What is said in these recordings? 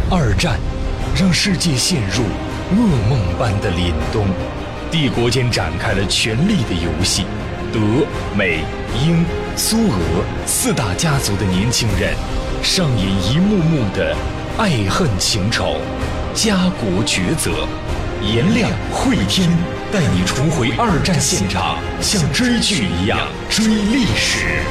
二战让世界陷入噩梦般的凛冬，帝国间展开了权力的游戏。德、美、英、苏俄四大家族的年轻人上演一幕幕的爱恨情仇、家国抉择。颜亮、慧天带你重回二战现场，像追剧一样追历史。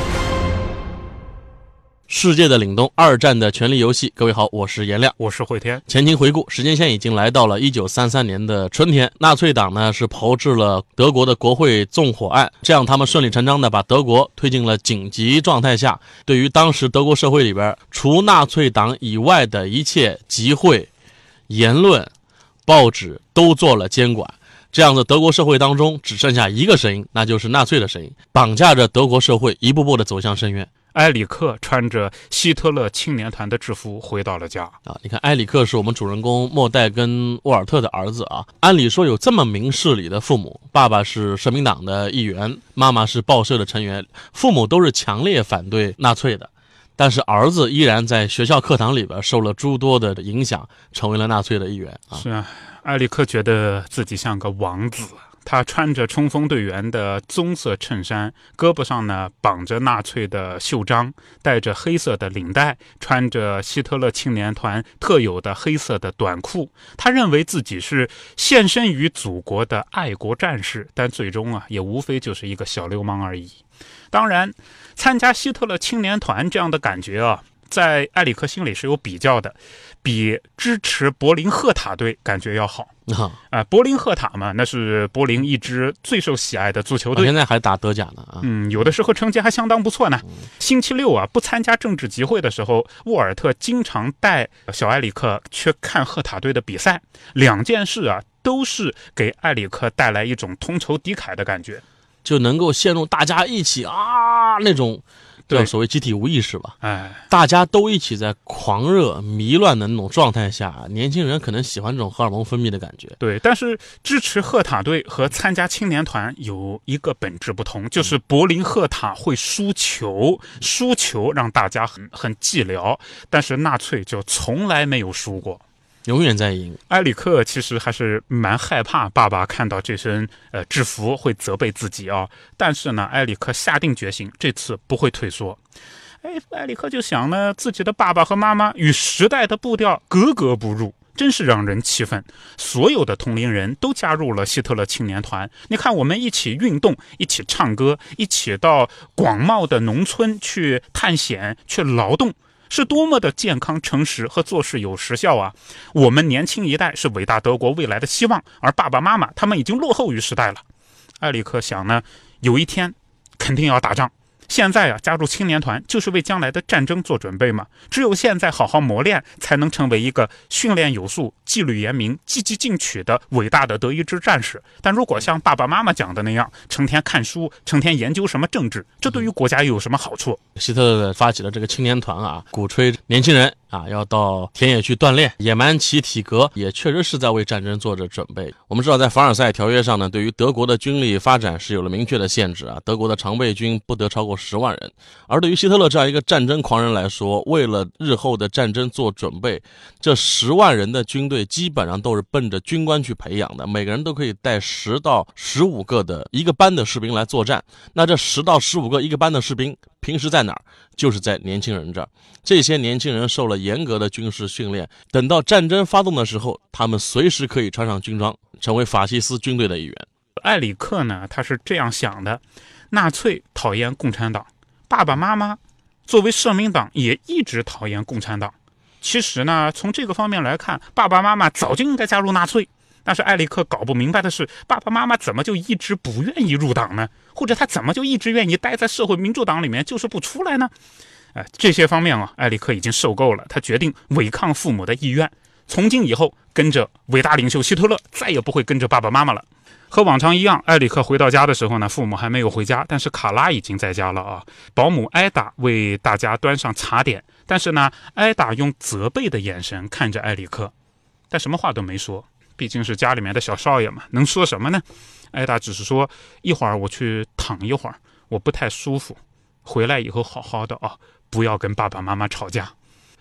世界的凛冬，二战的权力游戏。各位好，我是颜亮， 我是慧天。 前情回顾，时间线已经来到了1933年的春天，纳粹党呢是炮制了德国的国会纵火案，这样他们顺理成章的把德国推进了紧急状态下，对于当时德国社会里边除纳粹党以外的一切集会、言论、报纸都做了监管。这样的德国社会当中只剩下一个声音，那就是纳粹的声音，绑架着德国社会一步步的走向深渊。 埃里克穿着希特勒青年团的制服回到了家啊！你看，埃里克是我们主人公莫代跟沃尔特的儿子啊。按理说有这么明事理的父母，爸爸是社民党的议员，妈妈是报社的成员，父母都是强烈反对纳粹的，但是儿子依然在学校课堂里边受了诸多的影响，成为了纳粹的一员啊。 是啊，埃里克觉得自己像个王子。他穿着冲锋队员的棕色衬衫，胳膊上呢绑着纳粹的袖章，戴着黑色的领带，穿着希特勒青年团特有的黑色的短裤。他认为自己是献身于祖国的爱国战士，但最终也无非就是一个小流氓而已。当然，参加希特勒青年团这样的感觉在埃里克心里是有比较的，比支持柏林赫塔队感觉要好。柏林赫塔嘛，那是柏林一支最受喜爱的足球队， 现在还打德甲呢啊。 有的时候成绩还相当不错呢。星期六不参加政治集会的时候，沃尔特经常带小埃里克去看赫塔队的比赛。两件事都是给埃里克带来一种同仇敌忾的感觉， 就能够陷入大家一起那种。叫所谓集体无意识吧，大家都一起在狂热迷乱的那种状态下，年轻人可能喜欢这种荷尔蒙分泌的感觉。 对，但是支持赫塔队和参加青年团有一个本质不同，就是柏林赫塔会输球让大家很寂寥，但是纳粹就从来没有输过。 永远在赢。 埃里克其实还是蛮害怕爸爸看到这身制服会责备自己但是呢，埃里克下定决心，这次不会退缩。埃里克就想呢，自己的爸爸和妈妈与时代的步调格格不入，真是让人气愤。所有的同龄人都加入了希特勒青年团，你看我们一起运动，一起唱歌，一起到广袤的农村去探险，去劳动，是多么的健康、诚实和做事有实效我们年轻一代是伟大德国未来的希望，而爸爸妈妈他们已经落后于时代了。埃里克想呢，有一天肯定要打仗，现在加入青年团就是为将来的战争做准备嘛。只有现在好好磨练，才能成为一个训练有素、纪律严明、积极进取的伟大的德意志战士。但如果像爸爸妈妈讲的那样，成天看书，成天研究什么政治，这对于国家又有什么好处？ 希特勒发起了这个青年团鼓吹年轻人要到田野去锻炼，野蛮其体格，也确实是在为战争做着准备。我们知道，在凡尔赛条约上呢，对于德国的军力发展是有了明确的限制德国的常备军不得超过10万人。而对于希特勒这样一个战争狂人来说，为了日后的战争做准备，这10万人的军队基本上都是奔着军官去培养的，每个人都可以带10到15个的一个班的士兵来作战。那这10到15个一个班的士兵平时在哪儿？就是在年轻人这儿。这些年轻人受了严格的军事训练，等到战争发动的时候，他们随时可以穿上军装，成为法西斯军队的一员。 埃里克呢，他是这样想的：纳粹讨厌共产党，爸爸妈妈作为社民党也一直讨厌共产党。其实呢，从这个方面来看，爸爸妈妈早就应该加入纳粹。但是埃里克搞不明白的是，爸爸妈妈怎么就一直不愿意入党呢？或者他怎么就一直愿意待在社会民主党里面，就是不出来呢？这些方面埃里克已经受够了，他决定违抗父母的意愿，从今以后跟着伟大领袖希特勒，再也不会跟着爸爸妈妈了。和往常一样，埃里克回到家的时候呢，父母还没有回家，但是卡拉已经在家了保姆艾达为大家端上茶点，但是呢，艾达用责备的眼神看着埃里克，但什么话都没说，毕竟是家里面的小少爷嘛，能说什么呢？艾达只是说，一会儿我去躺一会儿，我不太舒服，回来以后好好的不要跟爸爸妈妈吵架。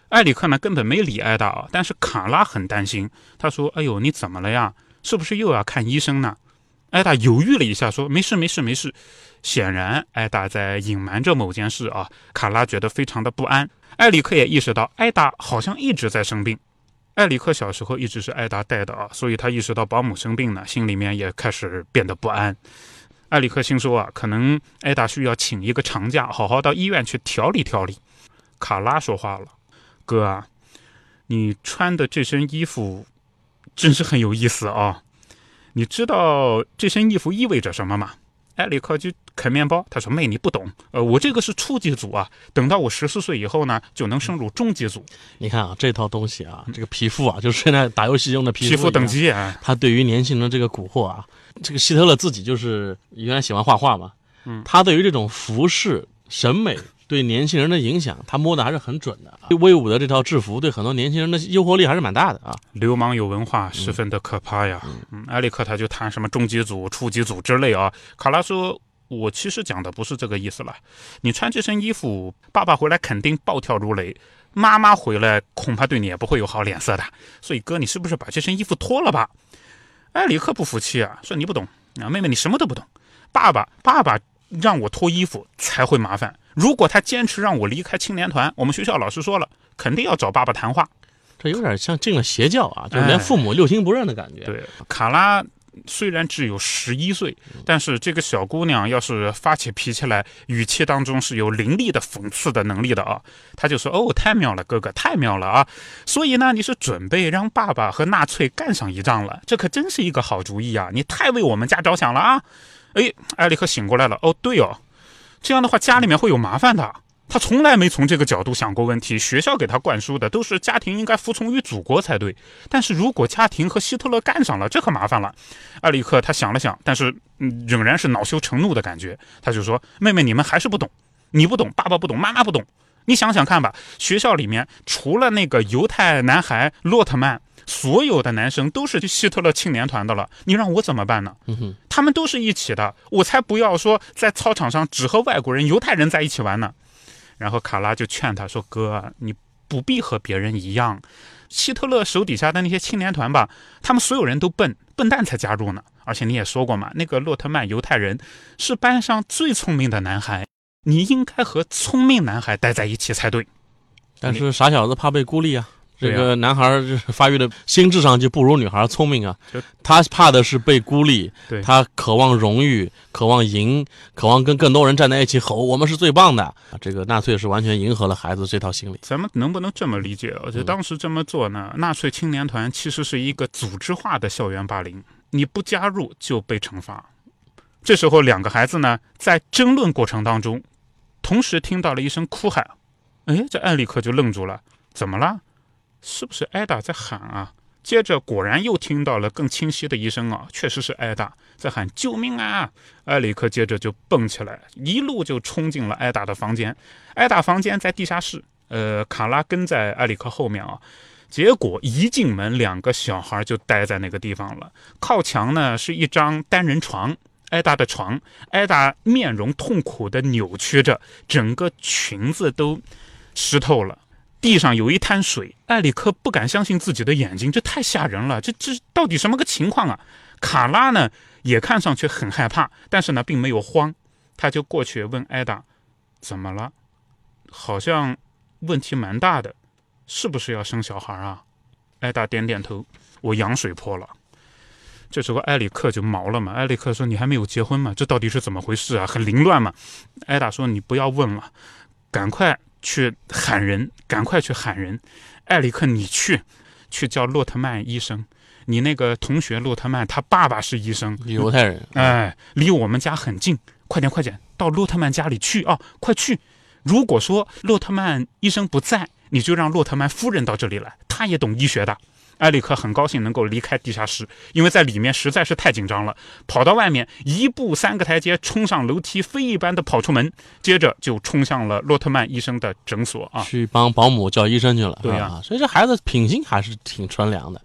埃里克呢根本没理艾达啊，但是卡拉很担心，他说：“哎呦，你怎么了呀？是不是又要看医生呢？”艾达犹豫了一下，说：“没事，没事，没事。”显然，艾达在隐瞒着某件事啊。卡拉觉得非常的不安。埃里克也意识到，艾达好像一直在生病。埃里克小时候一直是艾达带的啊，所以他意识到保姆生病呢，心里面也开始变得不安。埃里克心说啊，可能艾达需要请一个长假，好好到医院去调理调理。卡拉说话了：“哥啊，你穿的这身衣服真是很有意思啊！你知道这身衣服意味着什么吗？”埃里克就啃面包，他说：“妹，你不懂，我这个是初级组啊，等到我14岁以后呢，就能升入中级组。” 你看啊，这套东西啊，这个皮肤啊，就是现在打游戏用的皮肤等级啊， 它对于年轻人这个蛊惑啊，这个希特勒自己就是原来喜欢画画嘛，他对于这种服饰审美对年轻人的影响，他摸的还是很准的。威武的这套制服对很多年轻人的诱惑力还是蛮大的啊。 流氓有文化，十分的可怕呀。埃里克他就谈什么中级组、初级组之类啊。卡拉说：“我其实讲的不是这个意思了。你穿这身衣服，爸爸回来肯定暴跳如雷，妈妈回来恐怕对你也不会有好脸色的。所以哥，你是不是把这身衣服脱了吧？”埃里克不服气啊，说：“你不懂啊，妹妹你什么都不懂。爸爸让我脱衣服才会麻烦。如果他坚持让我离开青年团，我们学校老师说了，肯定要找爸爸谈话。” 这有点像进了邪教啊，就连父母六亲不认的感觉。 对，卡拉虽然只有11岁，但是这个小姑娘要是发起脾气来，语气当中是有凌厉的讽刺的能力的啊。他就说：“哦，太妙了，哥哥，太妙了啊！所以呢，你是准备让爸爸和纳粹干上一仗了？这可真是一个好主意啊！你太为我们家着想了啊！”哎，埃里克醒过来了。哦，对哦，这样的话家里面会有麻烦的。他从来没从这个角度想过问题，学校给他灌输的都是家庭应该服从于祖国才对。但是如果家庭和希特勒干上了，这可麻烦了。埃里克他想了想，但是仍然是恼羞成怒的感觉。他就说：“妹妹，你们还是不懂，你不懂，爸爸不懂，妈妈不懂。你想想看吧，学校里面除了那个犹太男孩洛特曼，所有的男生都是希特勒青年团的了，你让我怎么办呢？他们都是一起的，我才不要说在操场上只和外国人、犹太人在一起玩呢。”然后卡拉就劝他说：“哥，你不必和别人一样。希特勒手底下的那些青年团吧，他们所有人都笨蛋才加入呢。而且你也说过嘛，那个洛特曼犹太人是班上最聪明的男孩，你应该和聪明男孩待在一起才对。” 但是傻小子怕被孤立啊。这个男孩发育的心智上就不如女孩聪明啊，他怕的是被孤立，他渴望荣誉，渴望赢，渴望跟更多人站在一起吼我们是最棒的。这个纳粹是完全迎合了孩子这套心理。 咱们能不能这么理解？而且当时这么做呢，纳粹青年团其实是一个组织化的校园霸凌，你不加入就被惩罚。这时候两个孩子呢，在争论过程当中，同时听到了一声哭喊。哎，这埃里克就愣住了，怎么了？是不是艾达在喊啊？接着果然又听到了更清晰的一声啊，确实是艾达在喊救命啊！埃里克接着就蹦起来，一路就冲进了艾达的房间。艾达房间在地下室，卡拉跟在埃里克后面啊。结果一进门，两个小孩就待在那个地方了。靠墙呢是一张单人床，艾达的床，艾达面容痛苦地扭曲着，整个裙子都湿透了。地上有一滩水，埃里克不敢相信自己的眼睛，这太吓人了，这到底什么个情况啊？卡拉呢也看上去很害怕，但是呢并没有慌，他就过去问艾达怎么了，好像问题蛮大的，是不是要生小孩啊？艾达点点头，我羊水破了。这时候埃里克就毛了嘛，埃里克说：“你还没有结婚吗？这到底是怎么回事啊？很凌乱嘛。”艾达说：“你不要问了，赶快去喊人，赶快去喊人。埃里克，你去叫洛特曼医生。你那个同学洛特曼，他爸爸是医生， 犹太人， 离我们家很近，快点，到洛特曼家里去啊，快去！如果说洛特曼医生不在，你就让洛特曼夫人到这里来，他也懂医学的。”埃里克很高兴能够离开地下室，因为在里面实在是太紧张了，跑到外面1步3个台阶，冲上楼梯，飞一般的跑出门，接着就冲向了洛特曼医生的诊所啊， 去帮保姆叫医生去了。 对啊， 所以这孩子品性还是挺纯良的。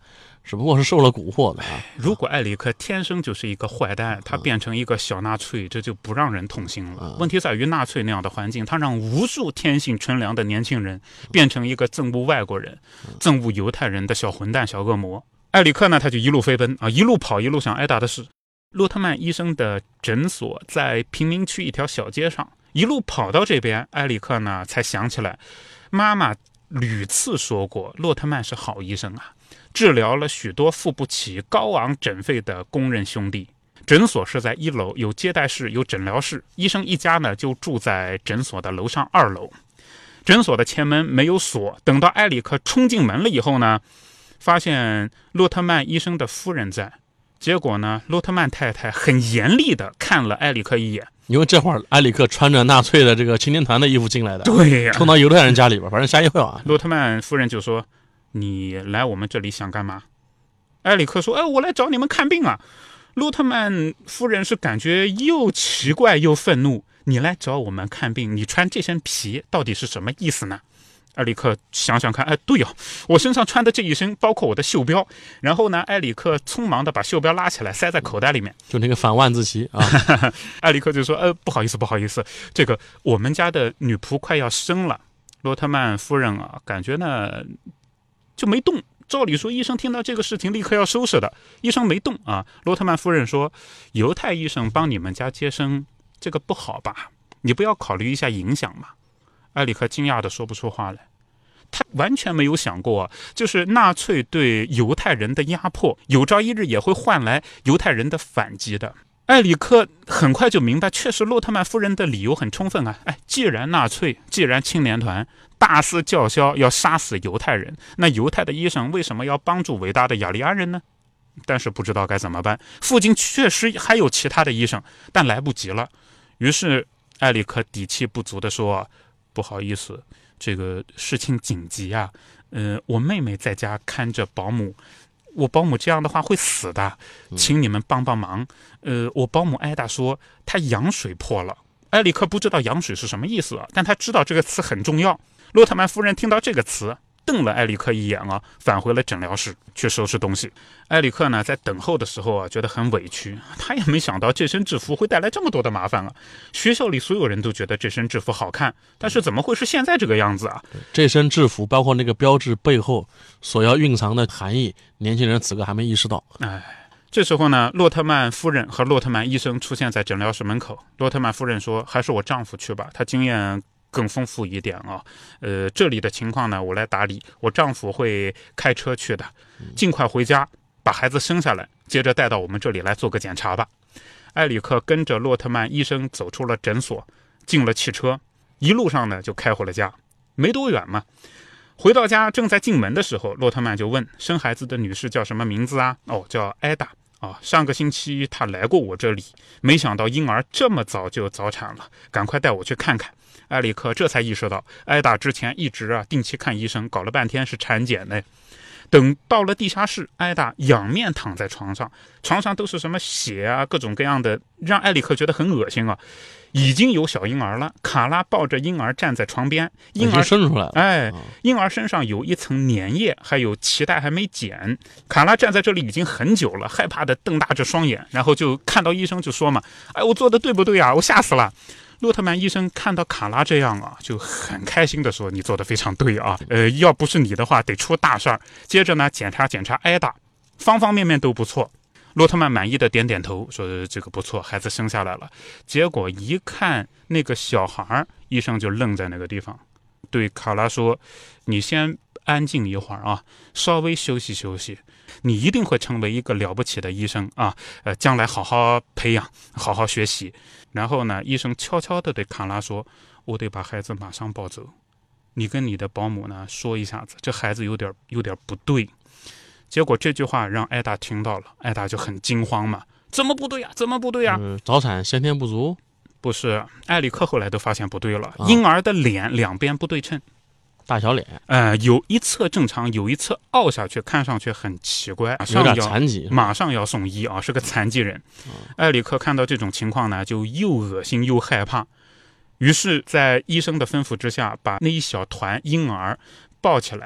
只不过是受了蛊惑的啊。 如果埃里克天生就是一个坏蛋，他变成一个小纳粹，这就不让人痛心了。问题在于纳粹那样的环境，他让无数天性纯良的年轻人变成一个憎恶外国人、憎恶犹太人的小混蛋、小恶魔。埃里克呢，他就一路飞奔啊，一路跑，一路想挨打的事。洛特曼医生的诊所在贫民区一条小街上，一路跑到这边，埃里克呢才想起来，妈妈屡次说过，洛特曼是好医生啊，治疗了许多付不起高昂诊费的工人兄弟。诊所是在1楼，有接待室，有诊疗室，医生一家呢就住在诊所的楼上2楼。诊所的前门没有锁，等到埃里克冲进门了以后呢，发现洛特曼医生的夫人在。结果呢，洛特曼太太很严厉地看了埃里克一眼， 因为这会儿埃里克穿着纳粹的这个青年团的衣服进来的， 对呀， 冲到犹太人家里边，反正瞎一会啊。 洛特曼夫人就说：“你来我们这里想干嘛？”埃里克说：“我来找你们看病啊。”洛特曼夫人是感觉又奇怪又愤怒：“你来找我们看病，你穿这身皮到底是什么意思呢？”埃里克想想看，对哦，我身上穿的这一身包括我的袖标。然后呢，埃里克匆忙的把袖标拉起来塞在口袋里面， 就那个反万字旗啊。 埃里克就说：“不好意思，这个我们家的女仆快要生了。”洛特曼夫人啊，感觉呢就没动。照理说，医生听到这个事情立刻要收拾的，医生没动啊。洛特曼夫人说：“犹太医生帮你们家接生，这个不好吧？你不要考虑一下影响嘛？”埃里克惊讶的说不出话来，他完全没有想过，就是纳粹对犹太人的压迫，有朝一日也会换来犹太人的反击的。埃里克很快就明白，确实洛特曼夫人的理由很充分啊。既然纳粹，既然青年团大肆叫嚣要杀死犹太人，那犹太的医生为什么要帮助伟大的雅利安人呢？但是不知道该怎么办。附近确实还有其他的医生，但来不及了。于是埃里克底气不足地说：“不好意思，这个事情紧急啊，我妹妹在家看着保姆，我保姆这样的话会死的，请你们帮帮忙。我保姆艾达说她羊水破了。”埃里克不知道羊水是什么意思啊，但他知道这个词很重要。洛特曼夫人听到这个词，瞪了埃里克一眼啊，返回了诊疗室去收拾东西。埃里克呢，在等候的时候啊，觉得很委屈，他也没想到这身制服会带来这么多的麻烦啊。学校里所有人都觉得这身制服好看，但是怎么会是现在这个样子啊？ 这身制服包括那个标志背后所要蕴藏的含义，年轻人此刻还没意识到。 这时候呢，洛特曼夫人和洛特曼医生出现在诊疗室门口。洛特曼夫人说：“还是我丈夫去吧，他经验更丰富一点啊。这里的情况呢，我来打理，我丈夫会开车去的，尽快回家把孩子生下来，接着带到我们这里来做个检查吧。”埃里克跟着洛特曼医生走出了诊所，进了汽车，一路上呢就开回了家，没多远嘛。回到家正在进门的时候，洛特曼就问生孩子的女士叫什么名字啊？叫艾达。上个星期她来过我这里，没想到婴儿这么早就早产了，赶快带我去看看。埃里克这才意识到，艾达之前一直定期看医生，搞了半天是产检呢。等到了地下室，艾达仰面躺在床上，床上都是什么血啊，各种各样的，让埃里克觉得很恶心啊。已经有小婴儿了，卡拉抱着婴儿站在床边，婴儿生出来了。 婴儿身上有一层粘液，还有脐带还没剪。卡拉站在这里已经很久了，害怕的瞪大着双眼，然后就看到医生就说嘛：“我做的对不对啊？我吓死了。”洛特曼医生看到卡拉这样啊，就很开心的说：“你做的非常对啊，要不是你的话，得出大事儿。”接着呢，检查艾达，方方面面都不错。洛特曼满意的点点头，说：“这个不错，孩子生下来了。”结果一看那个小孩，医生就愣在那个地方，对卡拉说：“你先安静一会儿啊，稍微休息休息，你一定会成为一个了不起的医生啊！将来好好培养，好好学习。”然后呢，医生悄悄地对卡拉说：“我得把孩子马上抱走，你跟你的保姆呢说一下子，这孩子有点不对。”结果这句话让艾达听到了，艾达就很惊慌嘛，怎么不对呀？怎么不对呀？ 早产先天不足？ 不是，埃里克后来都发现不对了，婴儿的脸两边不对称， 大小脸， 有一侧正常，有一侧凹下去，看上去很奇怪， 有点残疾， 马上要送医啊，是个残疾人。埃里克看到这种情况呢，就又恶心又害怕，于是，在医生的吩咐之下，把那一小团婴儿抱起来，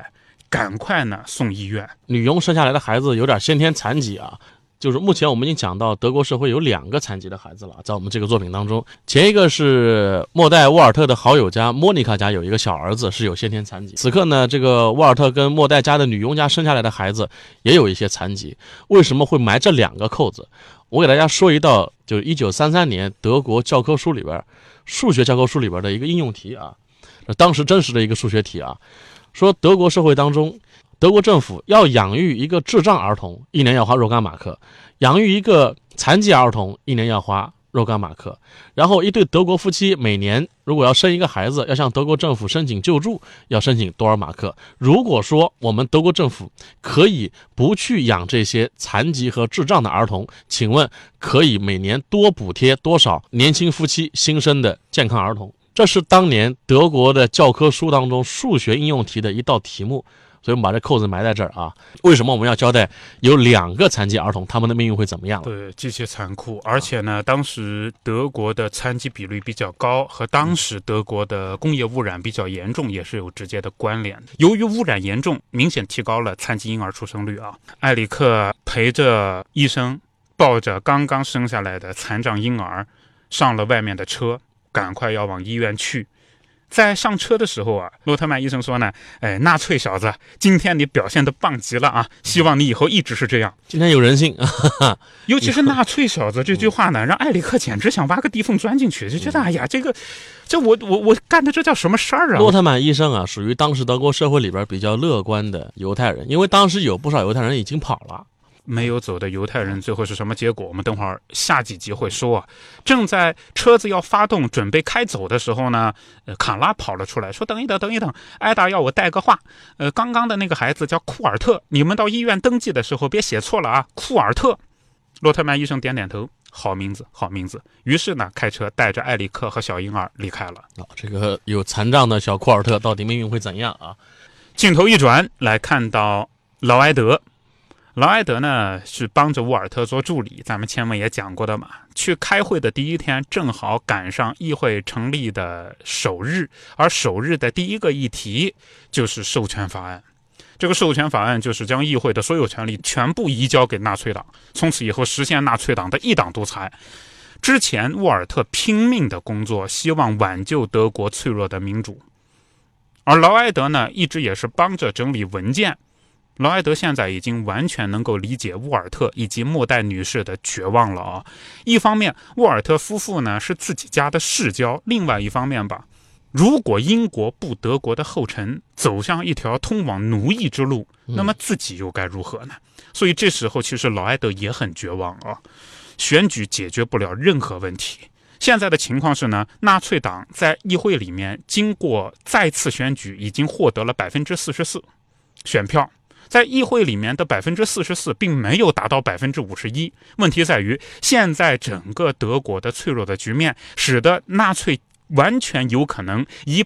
赶快呢送医院。 女佣生下来的孩子有点先天残疾啊。就是目前我们已经讲到德国社会有2个残疾的孩子了，在我们这个作品当中，前一个是莫代沃尔特的好友家莫妮卡家有一个小儿子是有先天残疾，此刻呢这个沃尔特跟莫代家的女佣家生下来的孩子也有一些残疾。为什么会埋这2个扣子？我给大家说一道，就是1933年德国教科书里边数学教科书里边的一个应用题啊，当时真实的一个数学题啊，说德国社会当中，德国政府要养育一个智障儿童，1年要花若干马克；养育一个残疾儿童，1年要花若干马克。然后一对德国夫妻每年如果要生一个孩子，要向德国政府申请救助，要申请多少马克？如果说我们德国政府可以不去养这些残疾和智障的儿童，请问可以每年多补贴多少年轻夫妻新生的健康儿童？这是当年德国的教科书当中数学应用题的一道题目。所以我们把这扣子埋在这儿啊。为什么我们要交代有2个残疾儿童他们的命运会怎么样？ 对，极其残酷。而且呢，当时德国的残疾比率比较高，和当时德国的工业污染比较严重也是有直接的关联。由于污染严重，明显提高了残疾婴儿出生率啊。埃里克陪着医生，抱着刚刚生下来的残障婴儿，上了外面的车，赶快要往医院去。在上车的时候啊，洛特曼医生说呢，纳粹小子，今天你表现得棒极了啊，希望你以后一直是这样。 今天有人性。 尤其是纳粹小子这句话呢，让埃里克简直想挖个地缝钻进去，就觉得哎呀，这我干的这叫什么事儿啊？ 洛特曼医生啊，属于当时德国社会里边比较乐观的犹太人，因为当时有不少犹太人已经跑了。 没有走的犹太人最后是什么结果？我们等会儿下几集会说啊。正在车子要发动准备开走的时候呢，卡拉跑了出来，说等一等，艾达要我带个话。刚刚的那个孩子叫库尔特，你们到医院登记的时候别写错了啊，库尔特。洛特曼医生点点头，好名字。于是呢，开车带着艾里克和小婴儿离开了。 这个有残障的小库尔特到底命运会怎样啊？ 镜头一转，来看到劳埃德。劳埃德呢是帮着沃尔特做助理，咱们前面也讲过的嘛。去开会的第一天正好赶上议会成立的首日，而首日的第一个议题就是授权法案。这个授权法案就是将议会的所有权利全部移交给纳粹党，从此以后实现纳粹党的一党独裁。之前沃尔特拼命的工作，希望挽救德国脆弱的民主，而劳埃德呢一直也是帮着整理文件。劳埃德现在已经完全能够理解沃尔特以及莫代女士的绝望了啊！一方面，沃尔特夫妇呢是自己家的世交；另外一方面吧，如果英国步德国的后尘，走向一条通往奴役之路，那么自己又该如何呢？所以这时候其实劳埃德也很绝望啊！选举解决不了任何问题。现在的情况是呢，纳粹党在议会里面经过再次选举，已经获得了44%选票。在议会里面的44%并没有达到51%。问题在于，现在整个德国的脆弱的局面，使得纳粹完全有可能以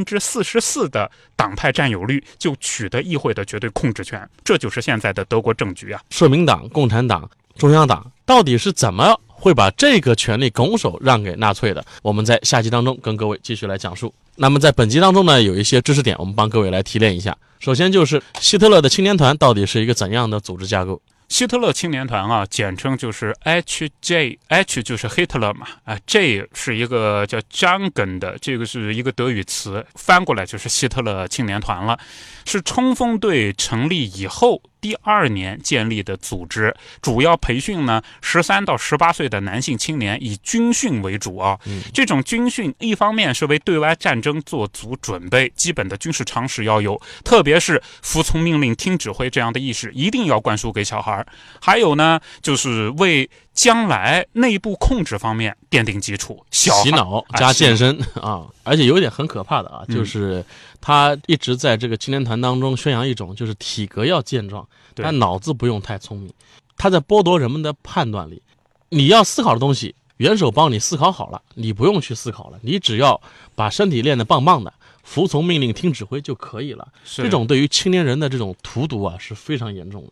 44%的党派占有率就取得议会的绝对控制权。这就是现在的德国政局啊！ 社民党、共产党、中央党到底是怎么会把这个权力拱手让给纳粹的？我们在下集当中跟各位继续来讲述。那么在本集当中呢，有一些知识点我们帮各位来提炼一下。首先就是希特勒的青年团到底是一个怎样的组织架构？ 希特勒青年团啊，简称就是 HJ，H 就是 Hitler 嘛，J 是一个叫 Jungen 的，这个是一个德语词，翻过来就是希特勒青年团了，是冲锋队成立以后第2年建立的组织，主要培训呢13到18岁的男性青年，以军训为主啊。这种军训一方面是为对外战争做足准备，基本的军事常识要有，特别是服从命令、听指挥这样的意识一定要灌输给小孩。还有呢，就是为将来内部控制方面奠定基础，洗脑加健身啊。而且有一点很可怕的啊，就是他一直在这个青年团当中宣扬一种就是体格要健壮，但脑子不用太聪明。他在剥夺人们的判断力。你要思考的东西，元首帮你思考好了，你不用去思考了，你只要把身体练得棒棒的，服从命令听指挥就可以了。这种对于青年人的这种荼毒啊是非常严重的。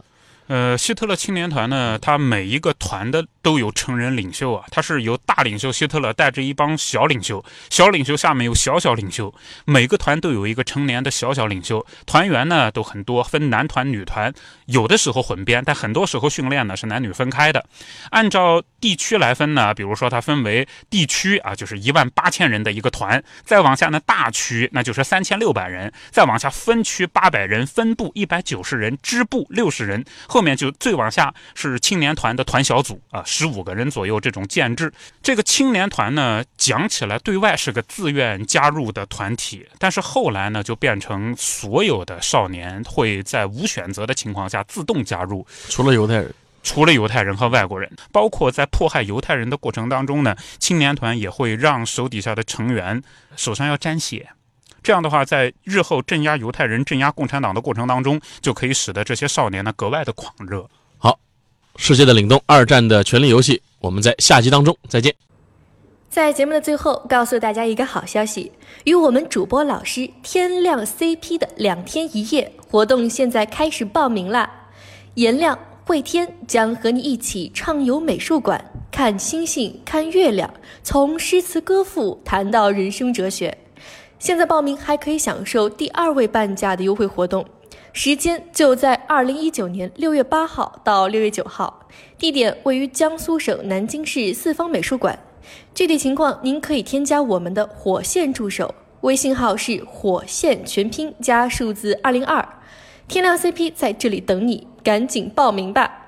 希特勒青年团呢，他每一个团的都有成人领袖啊，他是由大领袖希特勒带着一帮小领袖，小领袖下面有小领袖，每个团都有一个成年的小领袖，团员呢都很多，分男团女团，有的时候混编，但很多时候训练呢是男女分开的。按照地区来分呢，比如说它分为地区啊，就是18000人的一个团，再往下呢大区那就是3600人，再往下分区800人，分部190人，支部60人，后面就最往下是青年团的团小组啊，15个人左右这种建制。这个青年团呢，讲起来对外是个自愿加入的团体，但是后来呢就变成所有的少年会在无选择的情况下自动加入， 除了犹太人和外国人，包括在迫害犹太人的过程当中呢，青年团也会让手底下的成员手上要沾血。这样的话，在日后镇压犹太人、镇压共产党的过程当中，就可以使得这些少年呢格外的狂热。 好，世界的凛冬，2战的权力游戏，我们在下集当中再见。 在节目的最后，告诉大家一个好消息，与我们主播老师天亮 CP 的2天1夜活动现在开始报名啦！颜亮、慧天将和你一起畅游美术馆，看星星，看月亮，从诗词歌赋谈到人生哲学。现在报名还可以享受第2位半价的优惠活动，时间就在2019年6月8号到6月9号，地点位于江苏省南京市四方美术馆。具体情况您可以添加我们的火线助手，微信号是火线全拼加数字202。天亮 CP 在这里等你，赶紧报名吧。